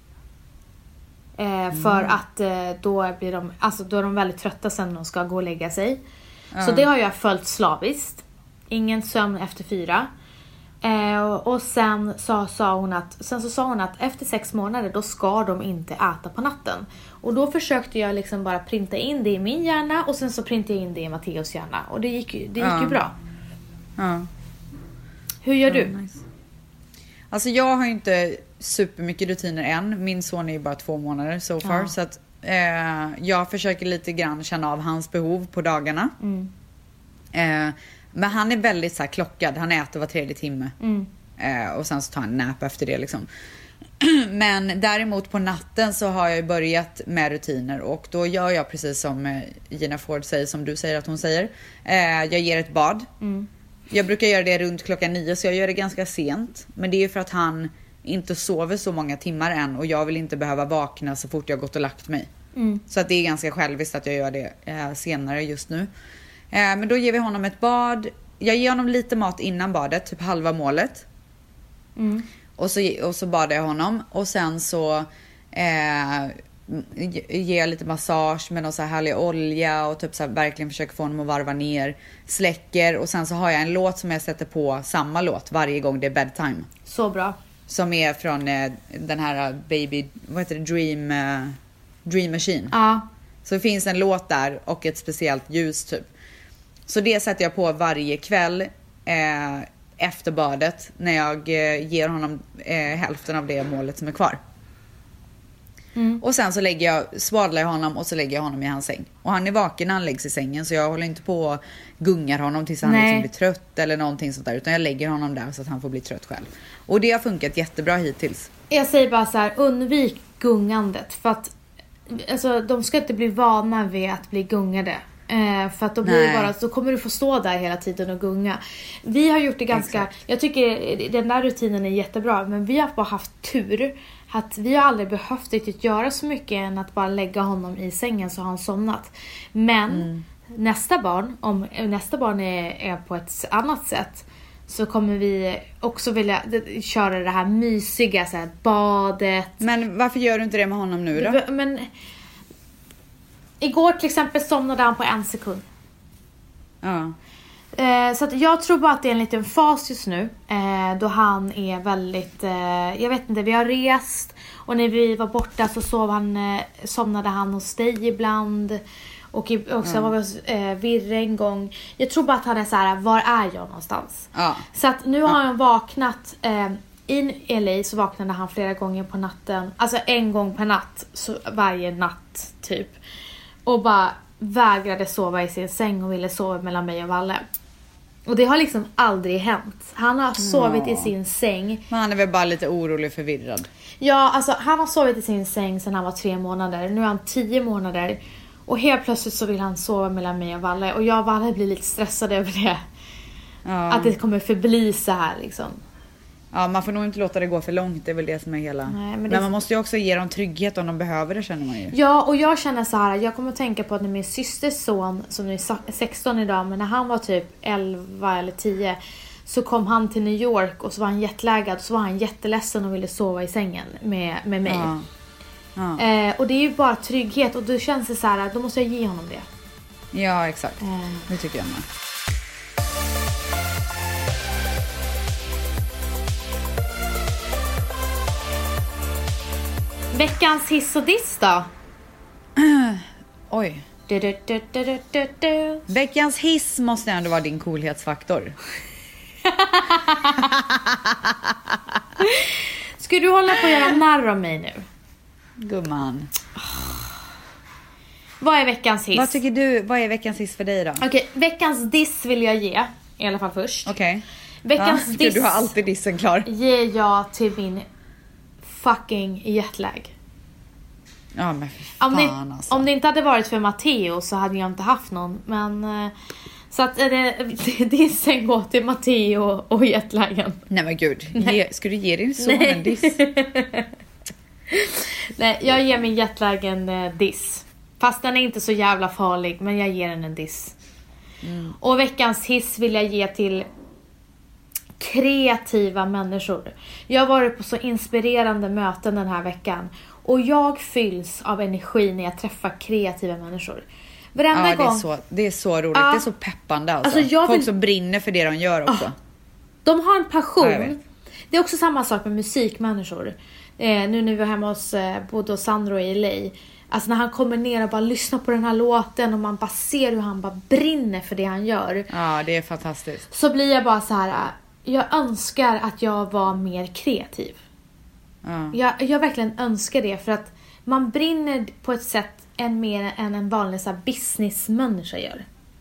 Eh, mm. För att eh, då blir de, alltså då är de väldigt trötta sen när de ska gå och lägga sig. Mm. Så det har jag följt slaviskt. Ingen sömn efter fyra. Eh, och, och sen så sa hon att sen så sa hon att efter sex månader då ska de inte äta på natten. Och då försökte jag liksom bara printa in det i min hjärna och sen så printade jag in det i Matteos hjärna och det gick ju det gick ja. ju bra. Ja. Hur gör du? Ja, nice. Alltså jag har ju inte supermycket rutiner än. Min son är ju bara två månader so far. Ja. Så att eh, jag försöker lite grann känna av hans behov på dagarna. Mm. Eh, men han är väldigt så här klockad. Han äter var tredje timme. Mm. Eh, och sen så tar han en nap efter det liksom. Men däremot på natten så har jag börjat med rutiner. Och då gör jag precis som Gina Ford säger, som du säger att hon säger. Eh, jag ger ett bad. Mm. Jag brukar göra det runt klockan nio, så jag gör det ganska sent. Men det är ju för att han inte sover så många timmar än. Och jag vill inte behöva vakna så fort jag gått och lagt mig. Mm. Så att det är ganska själviskt att jag gör det eh, senare just nu. Eh, men då ger vi honom ett bad. Jag ger honom lite mat innan badet, typ halva målet. Mm. Och, så, och så badar jag honom. Och sen så eh, ger jag lite massage med någon så här härlig olja. Och typ så här, verkligen försöker få honom att varva ner. Släcker. Och sen så har jag en låt som jag sätter på, samma låt varje gång det är bedtime. Så bra. Som är från eh, den här Baby, vad heter det, Dream, eh, Dream Machine. Ja. Så det finns en låt där och ett speciellt ljus typ. Så det sätter jag på varje kväll eh, efter badet. När jag eh, ger honom eh, hälften av det målet som är kvar. Mm. Och sen så lägger jag, svadlar jag honom och så lägger jag honom i hans säng. Och han är vaken när han läggs i sängen. Så jag håller inte på och gungar honom tills han liksom blir trött eller någonting sånt där. Utan jag lägger honom där så att han får bli trött själv. Och det har funkat jättebra hittills. Jag säger bara så här, undvik gungandet. För att alltså, de ska inte bli vana vid att bli gungade. Eh, för att då blir det bara, så kommer du få stå där hela tiden och gunga. Vi har gjort det ganska, Exakt. Jag tycker den där rutinen är jättebra. Men vi har bara haft tur att vi har aldrig behövt riktigt göra så mycket än att bara lägga honom i sängen så har han somnat. Men mm. nästa barn, om nästa barn är, är på ett annat sätt, så kommer vi också vilja köra det här mysiga så här, badet. Men varför gör du inte det med honom nu då? Men igår till exempel somnade han på en sekund. Ja. Eh, så att jag tror bara att det är en liten fas just nu. Eh, då han är väldigt, eh, jag vet inte, vi har rest. Och när vi var borta så sov han, eh, somnade han hos dig ibland. Och, i, och sen ja. var vi hos eh, Virre en gång. Jag tror bara att han är så här, var är jag någonstans? Ja. Så att nu har ja. han vaknat. Eh, I L A så vaknade han flera gånger på natten. Alltså en gång per natt. Så varje natt typ. Och bara vägrade sova i sin säng och ville sova mellan mig och Valle. Och det har liksom aldrig hänt. Han har sovit ja. i sin säng. Men han är väl bara lite orolig och förvirrad. Ja, alltså han har sovit i sin säng sedan han var tre månader. Nu är han tio månader. Och helt plötsligt så vill han sova mellan mig och Valle. Och jag och Valle blir lite stressade över det. Ja. Att det kommer förbli så här liksom. Ja, man får nog inte låta det gå för långt. Det är väl det som är hela. Nej, men men det... man måste ju också ge dem trygghet om de behöver det, känner man ju. Ja, och jag känner så här. Jag kommer att tänka på att när min systers son, som är sexton idag, men när han var typ elva eller tio, så kom han till New York och så var han jetlaggad. Så var han jätteledsen och ville sova i sängen med, med mig. Ja. Ja. Eh, och det är ju bara trygghet. Och då känns det så här, då måste jag ge honom det. Ja, exakt. Eh. Det tycker jag med. Veckans hiss och diss då? Oj. Du, du, du, du, du, du, du. Veckans hiss måste ändå vara din coolhetsfaktor. Ska du hålla på att göra narr av mig nu? Gumman. Vad är veckans hiss? Vad tycker du, vad är veckans hiss för dig då? Okej, okay, veckans diss vill jag ge. I alla fall först. Okej. Okay. Veckans ja, diss du har alltid dissen klar. ger jag till min fucking jetlag. Ja, men fan, om, det, alltså. om det inte hade varit för Matteo så hade jag inte haft någon. Men så att det, dissen går till Matteo och jetlagen. Nej men gud, ge, ska du ge din son en diss? Nej, jag ger min jetlag en uh, diss. Fast den är inte så jävla farlig, men jag ger den en diss. Mm. Och veckans hiss vill jag ge till kreativa människor. Jag har varit på så inspirerande möten den här veckan. Och jag fylls av energi när jag träffar kreativa människor. Varenda ja, gång. Det är, så, det är så roligt. Ja. Det är så peppande alltså. Alltså, jag Folk vill... som brinner för det de gör också. Ah. De har en passion. Ja, det är också samma sak med musikmänniskor. Eh, nu när vi var hemma hos eh, Bodde och Sandro i L A. Alltså när han kommer ner och bara lyssnar på den här låten. Och man bara ser hur han bara brinner för det han gör. Ja, det är fantastiskt. Så blir jag bara så här. Jag önskar att jag var mer kreativ. Ja. Jag, jag verkligen önskar det. För att man brinner på ett sätt än mer än en vanlig så här businessmänniska gör.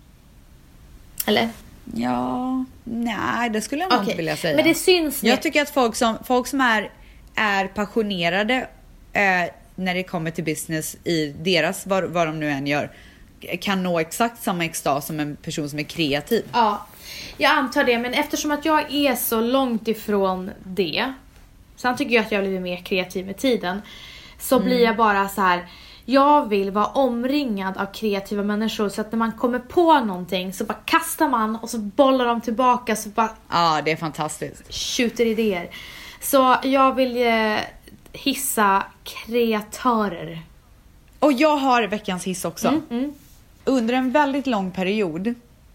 Eller? Ja, nej, det skulle jag nog okay. inte vilja säga. Men det syns. Jag tycker att folk som, folk som är, är passionerade eh, när det kommer till business i deras, vad, vad de nu än gör, kan nå exakt samma extas som en person som är kreativ. Ja, jag antar det. Men eftersom att jag är så långt ifrån det, sen tycker jag att jag blir mer kreativ med tiden, så mm. blir jag bara så här. Jag vill vara omringad av kreativa människor, så att när man kommer på någonting så bara kastar man och så bollar de tillbaka, så bara ja, det är fantastiskt. Skjuter idéer. Så jag vill eh, hissa kreatörer. Och jag har veckans hiss också. Mm, mm. Under en väldigt lång period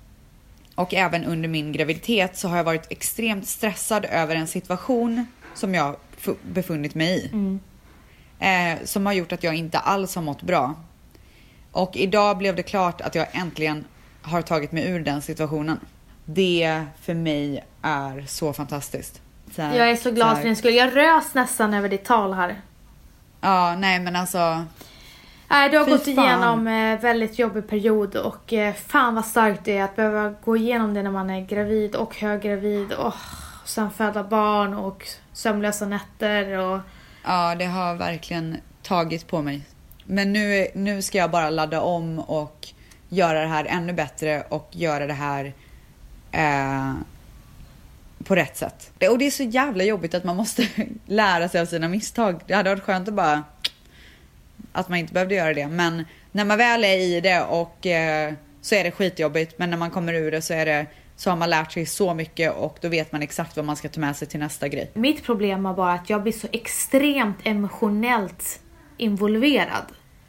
och även under min graviditet så har jag varit extremt stressad över en situation som jag f- befunnit mig i. Mm. Eh, som har gjort att jag inte alls har mått bra. Och idag blev det klart att jag äntligen har tagit mig ur den situationen. Det för mig är så fantastiskt. Så här, jag är så glad så för din skull. Jag rös nästan över ditt tal här. Ja, nej men alltså. Nej, du har fy gått fan. igenom en eh, väldigt jobbig period. Och eh, fan vad starkt det är att behöva gå igenom det när man är gravid och höggravid. Och sen föda barn och sömnlösa nätter och... Ja, det har verkligen tagit på mig. Men nu, nu ska jag bara ladda om och göra det här ännu bättre och göra det här eh, på rätt sätt. Och det är så jävla jobbigt att man måste lära sig av sina misstag. Det hade varit skönt att bara att man inte behövde göra det. Men när man väl är i det och eh, så är det skitjobbigt. Men när man kommer ur det så är det så har man lärt sig så mycket och då vet man exakt vad man ska ta med sig till nästa grej. Mitt problem var bara att jag blir så extremt emotionellt involverad.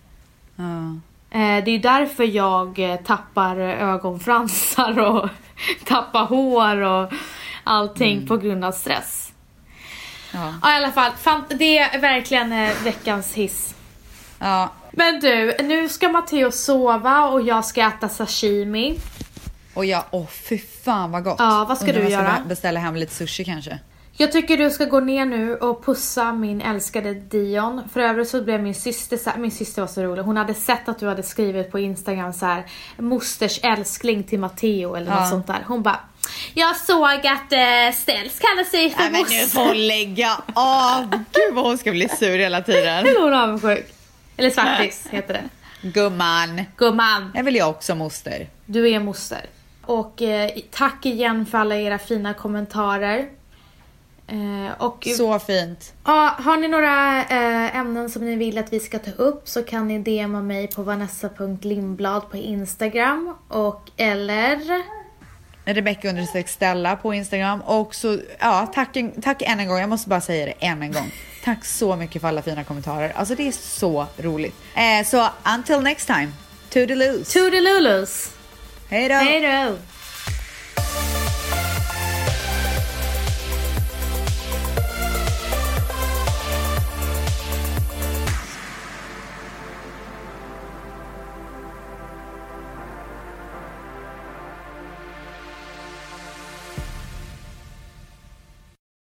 Ja. Det är därför jag tappar ögonfransar och tappar hår och allting mm. på grund av stress. Ja. Ja, i alla fall, det är verkligen veckans hiss. Ja. Men du, nu ska Matteo sova och jag ska äta sashimi. Och jag, åh fy fan vad gott. Ja, vad ska Undrar du jag göra? Ska beställa hem lite sushi kanske. Jag tycker du ska gå ner nu och pussa min älskade Dion. För övrigt så blev min syster så här, min syster var så rolig. Hon hade sett att du hade skrivit på Instagram så här, mosters älskling till Matteo eller ja. något sånt där. Hon bara, jag såg att äh, Ställs kallar sig för moster. Nej men nu får hon lägga av. Gud vad hon ska bli sur hela tiden. Hur är hon avundsjuk? Eller svartis heter det. Gumman. Gumman. Jag vill jag också moster. Du är moster. Och eh, tack igen för alla era fina kommentarer. Eh, och, så fint. Ja, har ni några eh, ämnen som ni vill att vi ska ta upp så kan ni D Ma mig på vanessa punkt lindblad på Instagram. Och eller... Rebecca understreck Stella på Instagram. Och så, ja, tack, tack än en gång. Jag måste bara säga det än en gång. Tack så mycket för alla fina kommentarer. Alltså det är så roligt. Eh, så until next time. Toodaloos. Toodaloos. Hej då. Hej då.